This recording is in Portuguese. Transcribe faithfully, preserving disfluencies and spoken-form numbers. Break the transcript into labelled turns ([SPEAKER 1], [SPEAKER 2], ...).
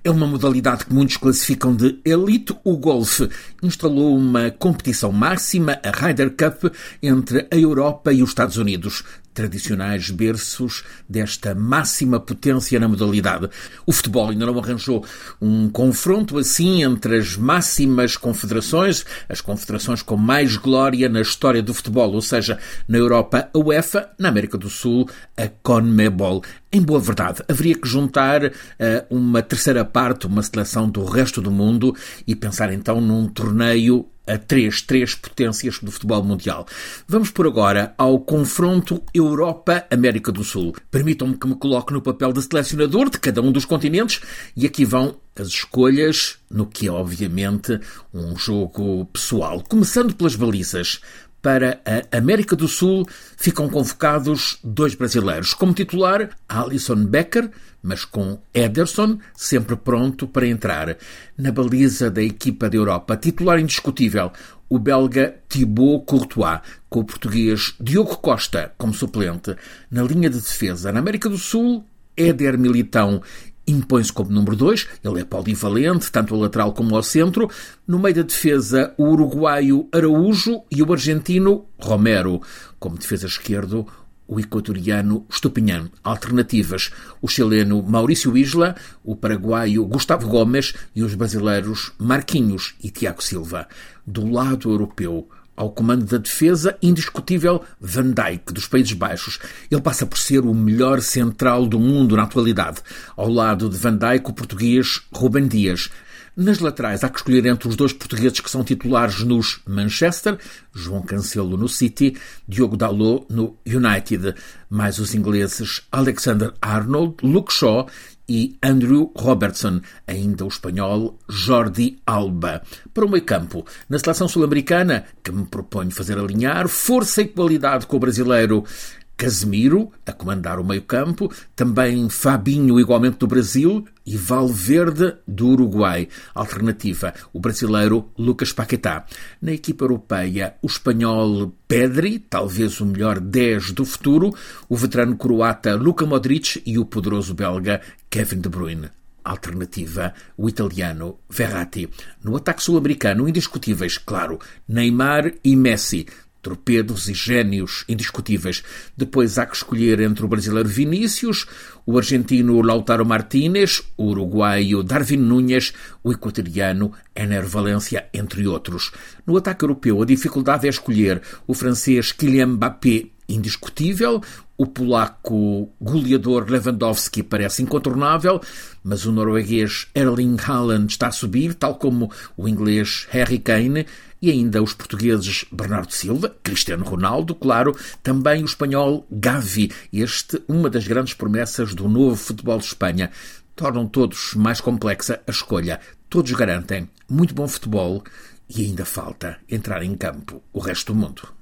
[SPEAKER 1] é uma modalidade que muitos classificam de elite. O golfe instalou uma competição máxima, a Ryder Cup, entre a Europa e os Estados Unidos, tradicionais berços desta máxima potência na modalidade. O futebol ainda não arranjou um confronto assim entre as máximas confederações, as confederações com mais glória na história do futebol, ou seja, na Europa a UEFA, na América do Sul a CONMEBOL. Em boa verdade, haveria que juntar uh, uma terceira parte, uma seleção do resto do mundo e pensar então num torneio a três, três potências do futebol mundial. Vamos por agora ao confronto Europa-América do Sul. Permitam-me que me coloque no papel de selecionador de cada um dos continentes e aqui vão as escolhas no que é obviamente um jogo pessoal. Começando pelas balizas. Para a América do Sul ficam convocados dois brasileiros. Como titular, Alisson Becker, mas com Ederson sempre pronto para entrar. Na baliza da equipa da Europa, titular indiscutível, o belga Thibaut Courtois, com o português Diogo Costa como suplente. Na linha de defesa, na América do Sul, Éder Militão impõe-se como número dois, ele é polivalente, tanto ao lateral como ao centro. No meio da defesa, o uruguaio Araújo e o argentino Romero. Como defesa esquerdo, o equatoriano Estupinhan. Alternativas, o chileno Maurício Isla, o paraguaio Gustavo Gomes e os brasileiros Marquinhos e Thiago Silva. Do lado europeu, ao comando da defesa, indiscutível Van Dijk, dos Países Baixos. Ele passa por ser o melhor central do mundo na atualidade. Ao lado de Van Dijk, o português Rúben Dias. Nas laterais, há que escolher entre os dois portugueses que são titulares nos Manchester, João Cancelo no City, Diogo Dalot no United, mais os ingleses Alexander-Arnold, Luke Shaw e Andrew Robertson, ainda o espanhol Jordi Alba. Para o meio-campo, na seleção sul-americana, que me proponho fazer alinhar, força e qualidade com o brasileiro Casemiro, a comandar o meio-campo, também Fabinho, igualmente do Brasil, e Valverde, do Uruguai. Alternativa, o brasileiro Lucas Paquetá. Na equipa europeia, o espanhol Pedri, talvez o melhor dez do futuro, o veterano croata Luka Modric e o poderoso belga Kevin De Bruyne. Alternativa, o italiano Verratti. No ataque sul-americano, indiscutíveis, claro, Neymar e Messi. Torpedos e génios indiscutíveis. Depois há que escolher entre o brasileiro Vinícius, o argentino Lautaro Martínez, o uruguaio Darwin Núñez, o equatoriano Ener Valencia, entre outros. No ataque europeu, a dificuldade é escolher o francês Kylian Mbappé, indiscutível, o polaco goleador Lewandowski parece incontornável, mas o norueguês Erling Haaland está a subir, tal como o inglês Harry Kane, e ainda os portugueses Bernardo Silva, Cristiano Ronaldo, claro, também o espanhol Gavi, este uma das grandes promessas do novo futebol de Espanha. Tornam todos mais complexa a escolha. Todos garantem muito bom futebol e ainda falta entrar em campo o resto do mundo.